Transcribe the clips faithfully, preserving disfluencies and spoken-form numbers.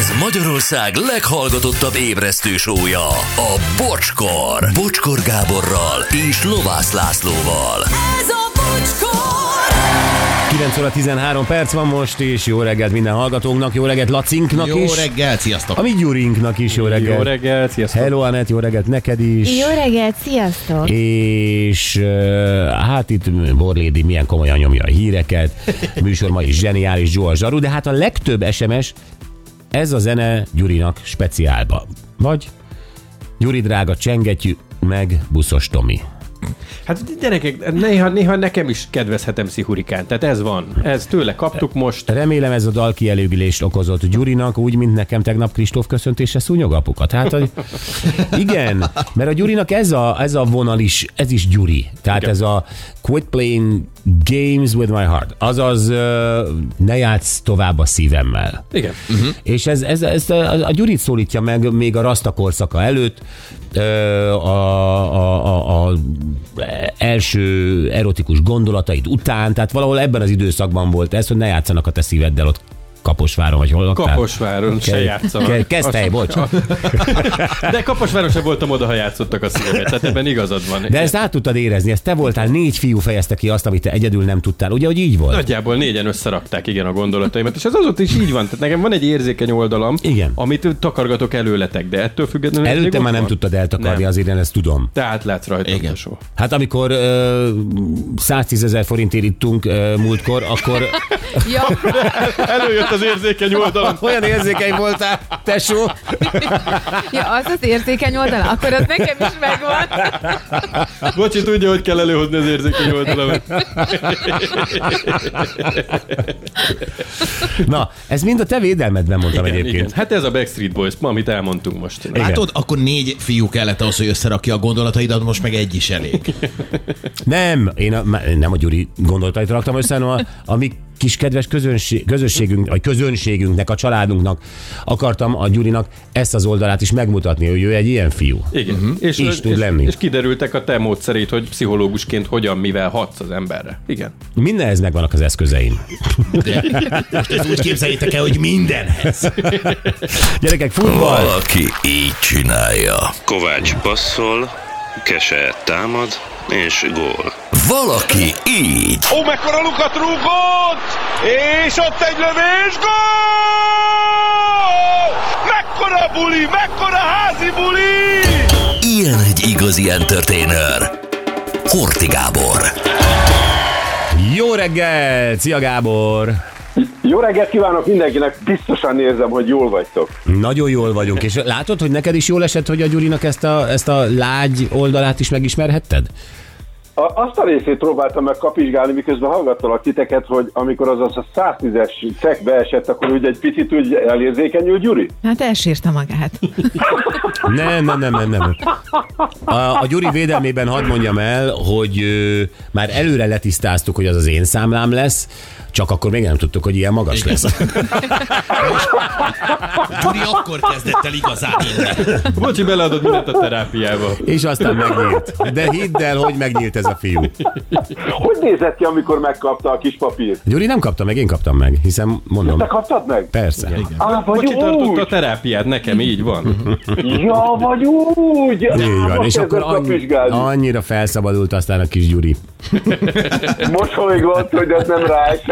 Ez Magyarország leghallgatottabb ébresztő show-ja, a Bocskor. Bocskor Gáborral és Lovász Lászlóval. Ez a Bocskor! kilenc óra tizenhárom perc van most, és jó reggelt minden hallgatónknak, jó reggelt Lacinknak jó is. Jó reggelt, sziasztok! A mi Gyurinknak is jó reggelt. Jó reggelt, sziasztok! Hello, Anett, jó reggelt neked is. Jó reggelt, sziasztok! És uh, hát itt Borlédi milyen komolyan nyomja a híreket, a műsor ma is zseniális, Joe a zsaru, de hát a legtöbb es em es ez a zene Gyurinak speciálba. Vagy Gyuri drága, csengetjű meg Buszos Tomi. Hát gyerekek, néha, néha nekem is kedvezhetem Szihurikán, tehát ez van. Ez tőle kaptuk most. Remélem ez a dal kielégülést okozott Gyurinak, úgy, mint nekem tegnap Kristóf köszöntése szúnyogapukat. Hát, hogy igen, mert a Gyurinak ez a, ez a vonal is, ez is Gyuri. Tehát igen. Ez a quit playing games with my heart. Azaz ne játsz tovább a szívemmel. Igen. Uh-huh. És ez, ez, ez a, a Gyurit szólítja meg még a Rasta korszaka előtt, a, a, a, a első erotikus gondolataid után, tehát valahol ebben az időszakban volt ez, hogy ne játszanak a te szíveddel ott Kaposváron, vagy hol laktál? Kaposváron Ke- se játszanak. Kezdte, bocs. De Kaposváron sem voltam oda, ha játszottak a szívemet, tehát ebben igazad van. De ezt át tudtad érezni, ezt te voltál, négy fiú fejezte ki azt, amit te egyedül nem tudtál, ugye, hogy így volt? Nagyjából négyen összerakták, igen, a gondolataimat, és ez azóta is így van, tehát nekem van egy érzékeny oldalam, igen. Amit takargatok előletek, de ettől függetlenül... Előtte már nem tudtad eltakarni, nem. Azért én ezt tudom. Tehát látsz rajta. Igen. Hát amikor uh, száztízezer forintért ittunk uh, múltkor, akkor... Ja. Előjött az érzékeny oldalam. Olyan érzékeny voltál, tesó. Ja, az az érzékeny oldal, akkor az nekem is megvan. Bocsi, tudja, hogy kell előhozni az érzékeny oldalamat. Na, ez mind a te védelmedben mondtam igen, egyébként. Igen. Hát ez a Backstreet Boys, ma, amit elmondtunk most. Igen. Látod, akkor négy fiú kellett ahhoz, hogy összerakja a gondolataidat, most meg egy is elég. Nem, én a, nem a Gyuri gondolatait raktam össze, hanem a, a mi kis kedves közönség, közösségünk, vagy közönségünknek, a családunknak akartam a Gyurinak ezt az oldalát is megmutatni, hogy ő egy ilyen fiú. Igen. Uh-huh. És, is és, tud lenni. És kiderültek a te módszerét, hogy pszichológusként hogyan, mivel hatsz az emberre. Igen. Mindenhez megvannak az eszközeim. De most ezt úgy képzeljétek el, hogy mindenhez. Gyerekek, futball! Valaki így csinálja. Kovács passzol, Kese támad, és gól. Valaki így. Ó, mekkora lukat rúgott! És ott egy lövés, gól! Mekkora buli, mekkora házi buli! Ilyen egy igazi entertainer. Horthy Gábor. Jó reggel! Szia, Gábor! Jó reggelt kívánok mindenkinek, biztosan érzem, hogy jól vagytok. Nagyon jól vagyunk, és látod, hogy neked is jól esett, hogy a Gyurinak ezt a, ezt a lágy oldalát is megismerhetted? A, azt a részét próbáltam meg kapizsgálni, miközben hallgattalak titeket, hogy amikor az a száztízes cek beesett, akkor úgy egy picit úgy elérzékenyül Gyuri? Hát elsírta magát. Nem, nem, nem, nem, nem. A, a Gyuri védelmében hadd mondjam el, hogy ö, már előre letisztáztuk, hogy az az én számlám lesz, csak akkor még nem tudtuk, hogy ilyen magas lesz. Gyuri akkor kezdett el igazán inni. Bocsi, beleadod mindent a terápiába. És aztán megnyílt. De hidd el, hogy megnyílt ez a fiú. Hogy nézett ki, amikor megkapta a kis papírt? Gyuri nem kapta meg, én kaptam meg, hiszen mondom. Te kaptad meg? Persze. Igen, igen. Ah, Bocsi tartotta a terápiát, nekem így van. Ja, vagy úgy. Így van, és akkor annyi, annyira felszabadult aztán a kis Gyuri. Mosolygott, hogy ez nem ráesett.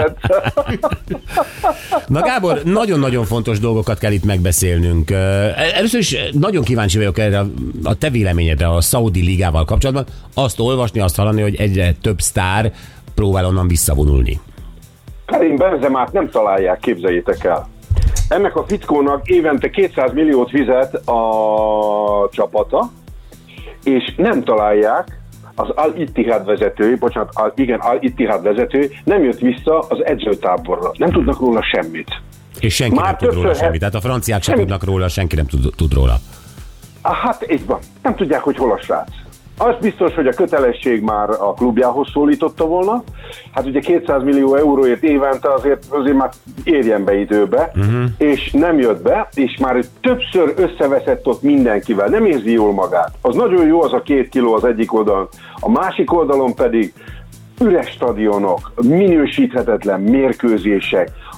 Na Gábor, nagyon-nagyon fontos dolgokat kell itt megbeszélnünk. Először is nagyon kíváncsi vagyok erre a te véleményedre a Szaudi ligával kapcsolatban. Azt olvasni, azt hallani, hogy egyre több sztár próbál onnan visszavonulni. Karim Benzemát nem találják, képzeljétek el. Ennek a fickónak évente kétszáz milliót fizet a csapata, és nem találják. Az Al-Ittihad vezető, bocsánat, al, igen, Al-Ittihad vezető nem jött vissza az edzőtáborra. Nem tudnak róla semmit. És senki Már nem tud róla semmit. He- Tehát a franciák sem tudnak róla, senki nem tud, tud róla. Hát így van. Nem tudják, hogy hol a srác. Az biztos, hogy a kötelesség már a klubjához szólította volna. Hát ugye kétszáz millió euróért évente azért, azért már érjen be időbe, uh-huh. és nem jött be, és már többször összeveszett ott mindenkivel. Nem érzi jól magát. Az nagyon jó az a két kiló az egyik oldalon, a másik oldalon pedig üres stadionok, minősíthetetlen mérkőzések,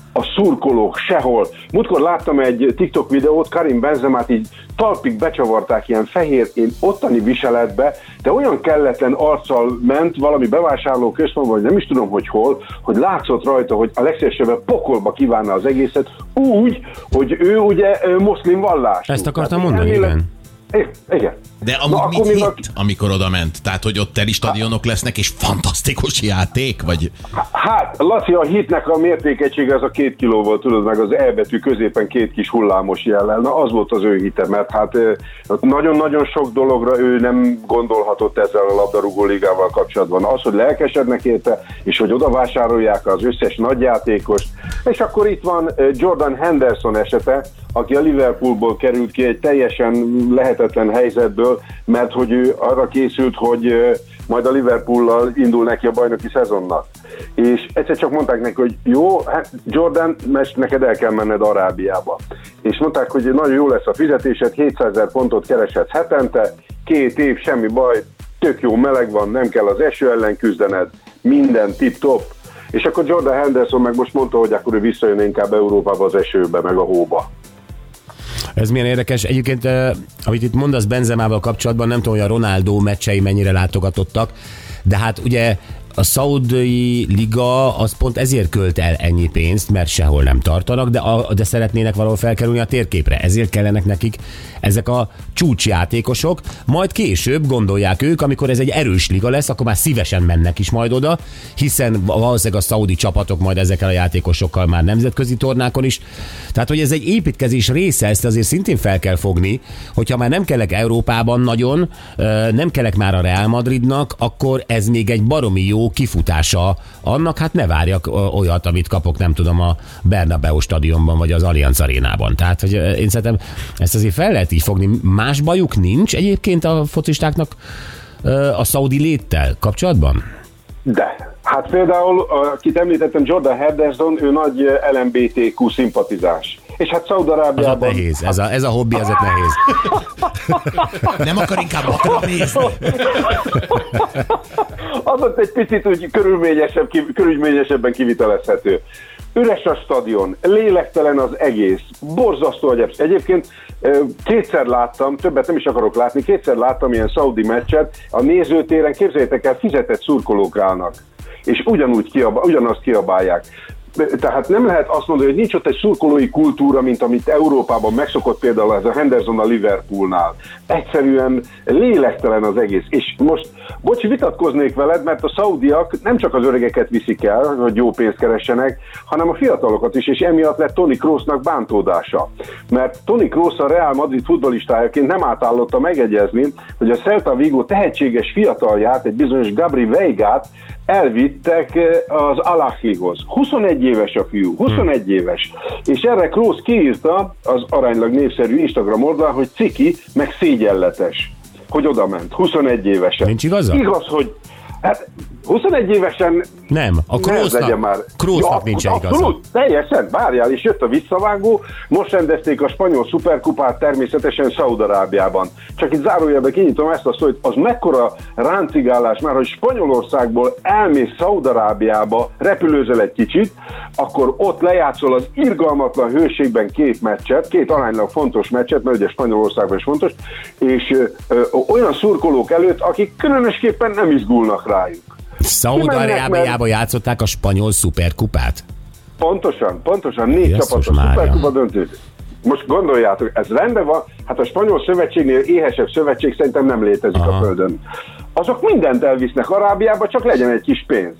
a szurkolók sehol. Múltkor láttam egy TikTok videót, Karim Benzemát így talpig becsavarták ilyen fehér, én ottani viseletbe, de olyan kelletlen arccal ment valami bevásárló központban, vagy nem is tudom, hogy hol, hogy látszott rajta, hogy a legszívesebben pokolba kívánna az egészet, úgy, hogy ő ugye muszlim vallású. Ezt akartam Tehát, mondani, elmélet... igen. Igen. De amúgy mit hitt, a... amikor oda ment? Tehát, hogy ott teli stadionok lesznek, és fantasztikus játék? Vagy... Hát, Laci, a hitnek a mértékegysége az a két kilóval, tudod, meg az E betű középen két kis hullámos jellel. Na, az volt az ő hite, mert hát nagyon-nagyon sok dologra ő nem gondolhatott ezzel a labdarúgó ligával kapcsolatban. Az, hogy lelkesednek érte, és hogy oda vásárolják az összes nagyjátékost. És akkor itt van Jordan Henderson esete, aki a Liverpoolból került ki egy teljesen lehetetlen helyzetből, mert hogy ő arra készült, hogy majd a Liverpoollal indul neki a bajnoki szezonnak. És egyszer csak mondták neki, hogy jó, hát Jordan, most neked el kell menned Arábiába. És mondták, hogy nagyon jó lesz a fizetésed, hétszázezer pontot kereshetsz hetente, két év, semmi baj, tök jó, meleg van, nem kell az eső ellen küzdened, minden tip-top. És akkor Jordan Henderson meg most mondta, hogy akkor ő visszajön inkább Európába az esőbe, meg a hóba. Ez milyen érdekes. Egyébként, eh, amit itt mondasz Benzemával kapcsolatban, nem tudom, hogy a Ronaldo meccsei mennyire látogatottak, de hát ugye a szaudai liga az pont ezért költ el ennyi pénzt, mert sehol nem tartanak, de, a, de szeretnének valahol felkerülni a térképre. Ezért kellenek nekik ezek a csúcsjátékosok. Majd később gondolják ők, amikor ez egy erős liga lesz, akkor már szívesen mennek is majd oda, hiszen valószínűleg a szaudi csapatok majd ezekkel a játékosokkal már nemzetközi tornákon is. Tehát, hogy ez egy építkezés része, ezt azért szintén fel kell fogni, hogyha már nem kellek Európában nagyon, nem kellek már a Real Madridnak, akkor ez még egy baromi jó kifutása annak, hát ne várjak olyat, amit kapok, nem tudom, a Bernabeu stadionban, vagy az Allianz arénában. Tehát, hogy én szerintem ezt azért fel lehet így fogni. Más bajuk nincs egyébként a focistáknak a szaudi léttel kapcsolatban? De. Hát például, akit említettem, Jordan Henderson, ő nagy el em bé té kú szimpatizás. És hát Szaúd-Arábiában... Az nehéz, ez a, ez a hobbi, ezek nehéz. Nem akar inkább akar nézni? Az ott egy picit úgy körülményesebb, körülményesebben kivitelezhető. Üres a stadion, lélektelen az egész, borzasztó agyeb. Egyébként kétszer láttam, többet nem is akarok látni, kétszer láttam ilyen szaudi meccset, a nézőtéren, képzeljétek el, fizetett szurkolók állnak, és ugyanúgy kiabál, ugyanazt kiabálják. Tehát nem lehet azt mondani, hogy nincs ott egy szurkolói kultúra, mint amit Európában megszokott például ez a Henderson a Liverpoolnál. Egyszerűen lélektelen az egész. És most, bocsi, vitatkoznék veled, mert a szaudiak nem csak az öregeket viszik el, hogy jó pénzt keressenek, hanem a fiatalokat is, és emiatt lett Toni Kroosnak bántódása. Mert Toni Kroos a Real Madrid futballistájaként nem átállotta megegyezni, hogy a Celta Vigo tehetséges fiatalját, egy bizonyos Gabri Veigát elvittek az Al-Ahlihoz. huszonegy éves a fiú, huszonegy éves. És erre Kroos kiírta az aránylag népszerű Instagram oldalán, hogy ciki, meg szégyenletes, hogy oda ment, huszonegy évesen. Nincs igaza? Igaz, hogy hát huszonegy évesen nem, a Kroosnak, Kroosnak ja, nincsen igaza. Abszolút, teljesen, várjál, és jött a visszavágó, most rendezték a spanyol szuperkupát természetesen Szaúd-Arábiában. Csak itt zárójelben kinyitom ezt a szót, az mekkora ráncigálás már, hogy Spanyolországból elmész Szaúd-Arábiába, repülőzel egy kicsit, akkor ott lejátszol az irgalmatlan hőségben két meccset, két aránylag fontos meccset, mert ugye Spanyolországban is fontos, és ö, ö, olyan szurkolók előtt, akik különösképpen nem izgulnak rájuk. Szaúd-Arábiában játszották a spanyol szuperkupát? Pontosan, pontosan, négy Jézus csapat a szuperkupa döntő. Most gondoljátok, ez rendben van, hát a spanyol szövetségnél éhesebb szövetség szerintem nem létezik Aha. a földön. Azok mindent elvisznek Arábiába, csak legyen egy kis pénz.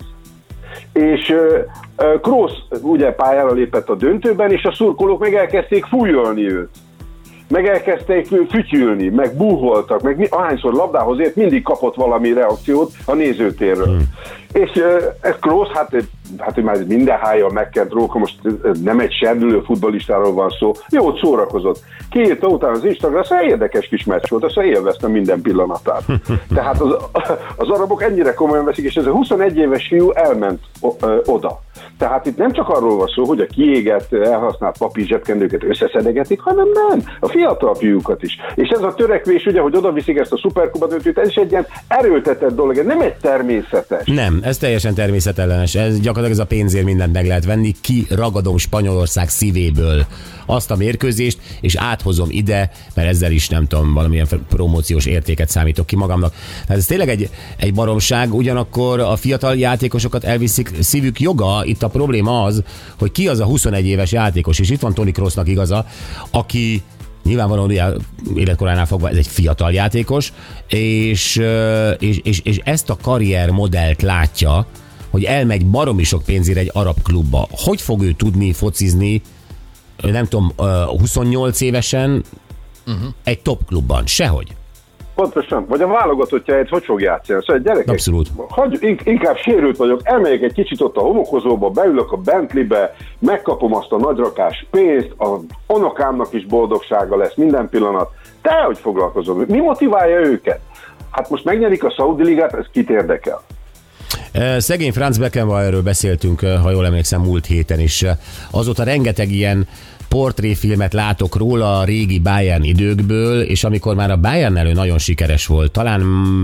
És uh, Kroos ugye pályára lépett a döntőben, és a szurkolók meg elkezdték fújolni őt. Meg elkezdték fütyülni, meg búholtak, meg mi, ahányszor labdához ért, mindig kapott valami reakciót a nézőtérről. Hmm. És uh, ez Kroos, hát, hát már minden hájjal megkent róka, most nem egy serdülő futballistáról van szó, jót szórakozott. Kiírta utána az Instagram, ez egy érdekes kis meccs volt, azt élveztem minden pillanatát. Tehát az, az arabok ennyire komolyan veszik, és ez a huszonegy éves fiú elment oda. Tehát itt nem csak arról van szó, hogy a kiégett, elhasznált papír zsebkendőket összeszedegetik, hanem nem, a fiatal fiúkat is. És ez a törekvés, ugye, hogy oda viszik ezt a szuperkupa döntőt, ez is egy ilyen erőltetett dolog, nem egy természetes. Nem, ez teljesen természetellenes. Ez gyakorlatilag gyakorlatilag ez a pénzért mindent meg lehet venni, ki ragadom Spanyolország szívéből azt a mérkőzést, és áthozom ide, mert ezzel is nem tudom, valamilyen promóciós értéket számítok ki magamnak. Tehát ez tényleg egy, egy baromság, ugyanakkor a fiatal játékosokat elviszik, szívük joga, itt a probléma az, hogy ki az a huszonegy éves játékos, és itt van Toni Kroosnak igaza, aki nyilvánvalóan ugye életkoránál fogva ez egy fiatal játékos, és, és, és, és ezt a karriermodellt látja, hogy elmegy baromi sok pénzért egy arab klubba. Hogy fog ő tudni focizni, nem tudom, huszonnyolc évesen uh-huh. egy top klubban? Sehogy. Pontosan. Vagy a válogatottjáért hogy fog játszani? Szóval gyerekek, abszolút. Hagy, inkább sérült vagyok, elmegyek egy kicsit ott a homokozóba, beülök a Bentleybe, megkapom azt a nagyrakás pénzt, a unokámnak is boldogsága lesz minden pillanat. Te hogy foglalkozol? Mi motiválja őket? Hát most megnyerik a Saudi Ligát, ez kit érdekel? Szegény Franz Beckenbauerről beszéltünk, ha jól emlékszem, múlt héten is. Azóta rengeteg ilyen portréfilmet látok róla a régi Bayern időkből, és amikor már a Bayern ő nagyon sikeres volt, talán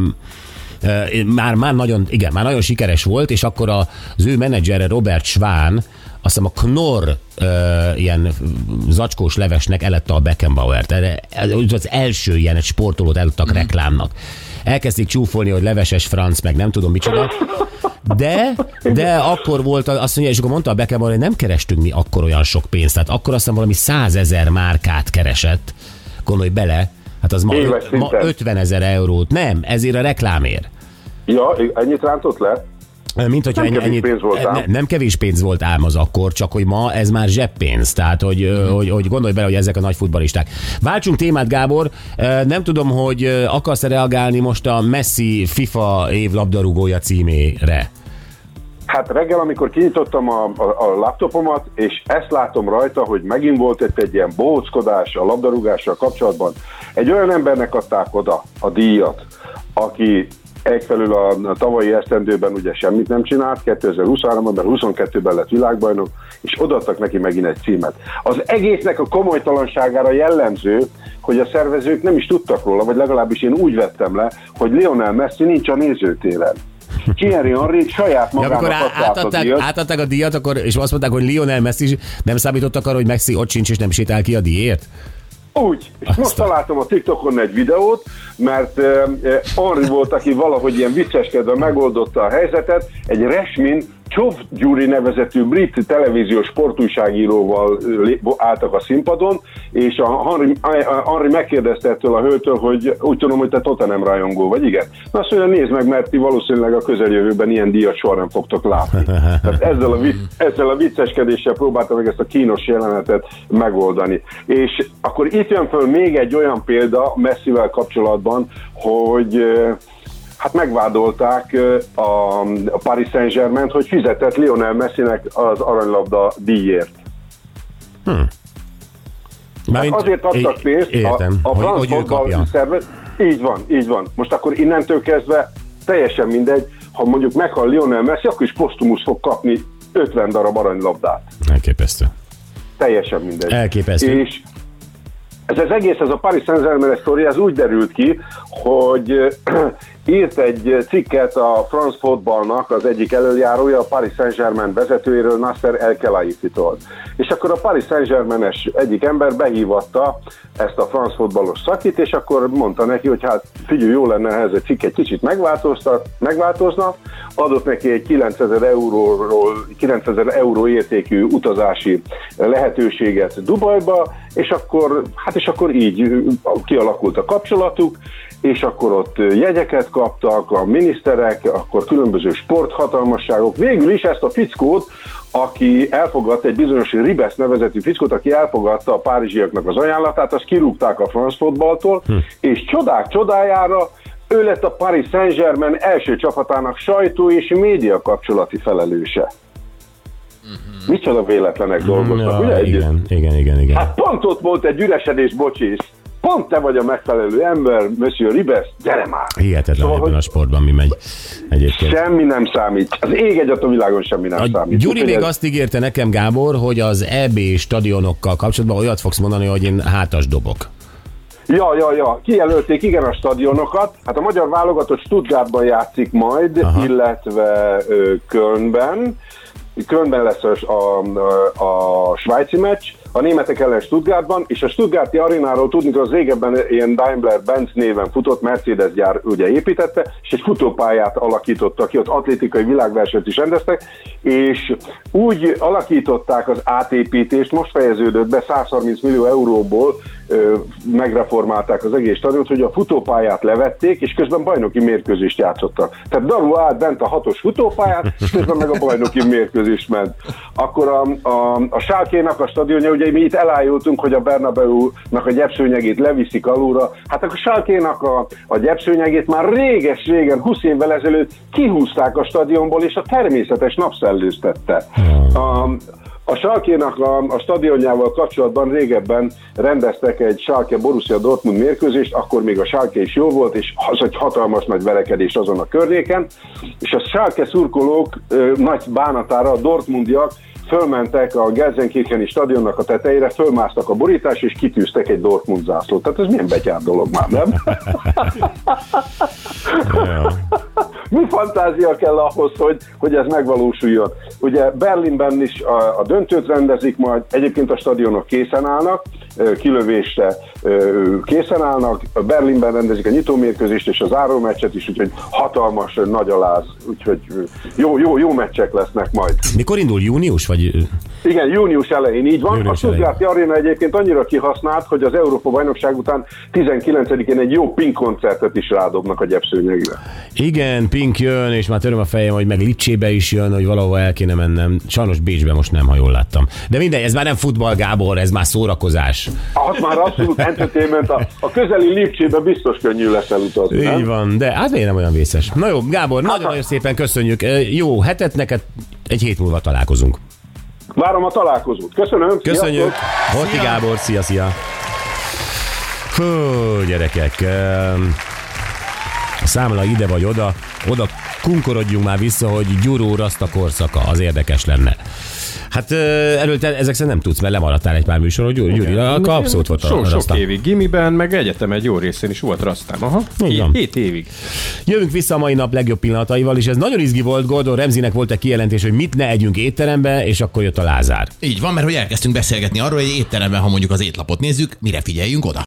már, már nagyon, igen, már nagyon sikeres volt, és akkor az ő menedzsere Robert Schwan, azt hiszem a Knorr uh, ilyen zacskós levesnek eladta a Beckenbauert. Ez az első ilyen egy sportolót eladtak mm. reklámnak. Elkezdték csúfolni, hogy leveses Franc, meg nem tudom micsoda. De, de akkor volt, azt mondja, és akkor mondta a Beckenbauer, hogy nem kerestünk mi akkor olyan sok pénzt. Tehát akkor azt hiszem valami százezer márkát keresett. Gondolj bele, hát az ma, ma ötvenezer eurót. Nem, ezért a reklámért. Ja, ennyit rántott le? Mint hogyha nem, ennyi, kevés pénz volt ám. ne, nem kevés pénz volt ám az akkor, csak hogy ma ez már zseppénz. Tehát, hogy, mm. hogy, hogy gondolj bele, hogy ezek a nagy futballisták. Váltsunk témát, Gábor. Nem tudom, hogy akarsz-e reagálni most a Messi FIFA év labdarúgója címére? Hát reggel, amikor kinyitottam a, a, a laptopomat, és ezt látom rajta, hogy megint volt itt egy ilyen bohóckodás a labdarúgással kapcsolatban. Egy olyan embernek adták oda a díjat, aki egyfelől a tavalyi esztendőben ugye semmit nem csinált, kétezer-huszonháromban, mert huszonkettőben lett világbajnok, és odaadtak neki megint egy címet. Az egésznek a komolytalanságára jellemző, hogy a szervezők nem is tudtak róla, vagy legalábbis én úgy vettem le, hogy Lionel Messi nincs a nézőtéren. Thierry Henry saját magának ja, átadták, a díjat. Átadták a díjat, akkor, és azt mondták, hogy Lionel Messi nem számítottak arra, hogy Messi ott sincs, és nem sétál ki a díjért? Úgy. És most találtam a TikTokon egy videót, mert uh, Henry volt, aki valahogy ilyen vicceskedve megoldotta a helyzetet, egy Resmin Csov Gyuri nevezetű brit televíziós sportújságíróval álltak a színpadon, és a Henry, Henry megkérdezte ettől a hölgytől, hogy úgy tudom, hogy te Tottenham rajongó vagy, igen? Na azt mondja, nézd meg, mert ti valószínűleg a közeljövőben ilyen díjat soha nem fogtok látni. Tehát ezzel a, vicc, ezzel a vicceskedéssel próbáltam meg ezt a kínos jelenetet megoldani. És akkor itt jön föl még egy olyan példa Messivel kapcsolatban, hogy hát megvádolták a, a Paris Saint-Germaint, hogy fizetett Lionel Messinek az aranylabda díjért. Hmm. Hát azért adtak pénzt a, a franc fotball szervez. Így van, így van. Most akkor innentől kezdve teljesen mindegy, ha mondjuk meghal Lionel Messi, akkor is posztumusz fog kapni ötven darab aranylabdát. Elképesztő. Teljesen mindegy. Elképesztő. És ez az egész, ez a Paris Saint-Germain sztori, ez úgy derült ki, hogy írt egy cikket a France Footballnak az egyik elöljárója, a Paris Saint-Germain vezetőjéről, Nasser El-Khelaifi-tól. És akkor a Paris Saint-Germain-es egyik ember behívatta ezt a France Footballos szakit, és akkor mondta neki, hogy hát figyelj, jó lenne, ha ez a cikk egy kicsit megváltozna, adott neki egy kilencezer euróról, kilencezer euró értékű utazási lehetőséget Dubajba, és akkor, hát és akkor így kialakult a kapcsolatuk, és akkor ott jegyeket kaptak a miniszterek, akkor különböző sporthatalmasságok. Végül is ezt a fickót, aki elfogadta, egy bizonyos Ribes nevezetű fickót, aki elfogadta a párizsiaknak az ajánlatát, azt kirúgták a France Footballtól, hm. és csodák csodájára ő lett a Paris Saint-Germain első csapatának sajtó és média kapcsolati felelőse. Uh-huh. Micsoda véletlenek dolgoztak, ja, ugye? Igen, igen, igen, igen. Hát pont ott volt egy üresedés, bocsis. Pont te vagy a megfelelő ember, Monsieur Ribes, gyere már! Hihetetlen, szóval, ebben a sportban mi megy egyébként. Semmi nem számít. Az ég egyet a világon semmi nem a számít. Gyuri még ez... azt ígérte nekem, Gábor, hogy az é bé stadionokkal kapcsolatban olyat fogsz mondani, hogy én hátas dobok. Ja, ja, ja. Kijelölték igen a stadionokat. Hát a magyar válogatott Stuttgartban játszik majd, aha, illetve ö, Kölnben. Kölnben lesz a, a, a svájci meccs, a németek ellen Stuttgartban, és a Stuttgarti arénáról tudni, hogy az régebben ilyen Daimler-Benz néven futott, Mercedes gyár ugye építette, és egy futópályát alakítottak ki, ott atlétikai világversenyt is rendeztek, és úgy alakították az átépítést, most fejeződött be százharminc millió euróból, ö, megreformálták az egész stadiont, hogy a futópályát levették, és közben bajnoki mérkőzést játszottak. Tehát darul állt bent a hatos futópályát, és közben meg a bajnoki mérkőzés ment. Akkor a, a, a Schalkénak a stadionja, ugye mi itt elájultunk, hogy a Bernabeu-nak a gyepszőnyegét leviszik alulra, hát a Schalkénak a, a gyepszőnyegét már réges-régen, húsz évvel ezelőtt kihúzták a stadionból, és a természetes napszellőztette. A, A Schalkénak a, a stadionjával kapcsolatban régebben rendeztek egy Schalke Borussia Dortmund mérkőzést, akkor még a Schalke is jó volt, és az egy hatalmas nagy verekedés azon a környéken, és a Schalke szurkolók ö, nagy bánatára, a dortmundiak fölmentek a Gelsenkircheni stadionnak a tetejére, fölmásztak a borításra, és kitűztek egy Dortmund zászlót. Tehát ez milyen betyár dolog már, nem? Mi fantázia kell ahhoz, hogy, hogy ez megvalósuljon? Ugye Berlinben is a, a döntőt rendezik majd, egyébként a stadionok készen állnak, kilövésre készen állnak, Berlinben rendezik a nyitómérkőzést és a zárómeccset is, úgyhogy hatalmas, nagy aláz, úgyhogy jó, jó, jó meccsek lesznek majd. Mikor indul? Június? Vagy... Igen, június elején így van. Június a Stuttgarti Aréna egyébként annyira kihasznált, hogy az Európa-bajnokság után tizenkilencedikén egy jó Pink koncertet is rádobnak a gyepszőnyegre. Igen, Pink jön, és már töröm a fejem, hogy meg Lipcsébe is jön, hogy valahova el kéne mennem. Sajnos Bécsbe most nem, ha jól láttam. De mindegy, ez már nem futball, Gábor, ez már szórakozás. Az már abszolút entertainment, a, a közeli Lipcsébe biztos könnyű lesz elutazni. Így van, de hát miért nem olyan vészes. Na jó, Gábor, hát nagyon-nagyon szépen köszönjük. Jó hetet neked, egy hét múlva találkozunk. Várom a találkozót. Köszönöm. Köszönjük. Horthy Gábor, szia, szia. Hú, gyerekek. A számla ide vagy oda, oda kunkorodjunk már vissza, hogy Gyuró Rasta korszaka, az érdekes lenne. Hát erről te ezek szerint nem tudsz, mert lemaradtál egy pár műsor, hogy Gyuri, a abszolút volt a so, Rasta. Sok évig gimiben, meg egyetem egy jó részén is volt Rastám. Aha, hét évig. Jövünk vissza a mai nap legjobb pillanataival, és ez nagyon izgi volt. Gordon Ramsaynek volt egy kijelentés, hogy mit ne együnk étterembe, és akkor jött a Lázár. Így van, mert hogy elkezdtünk beszélgetni arról, hogy étteremben, ha mondjuk az étlapot nézzük, mire figyeljünk oda.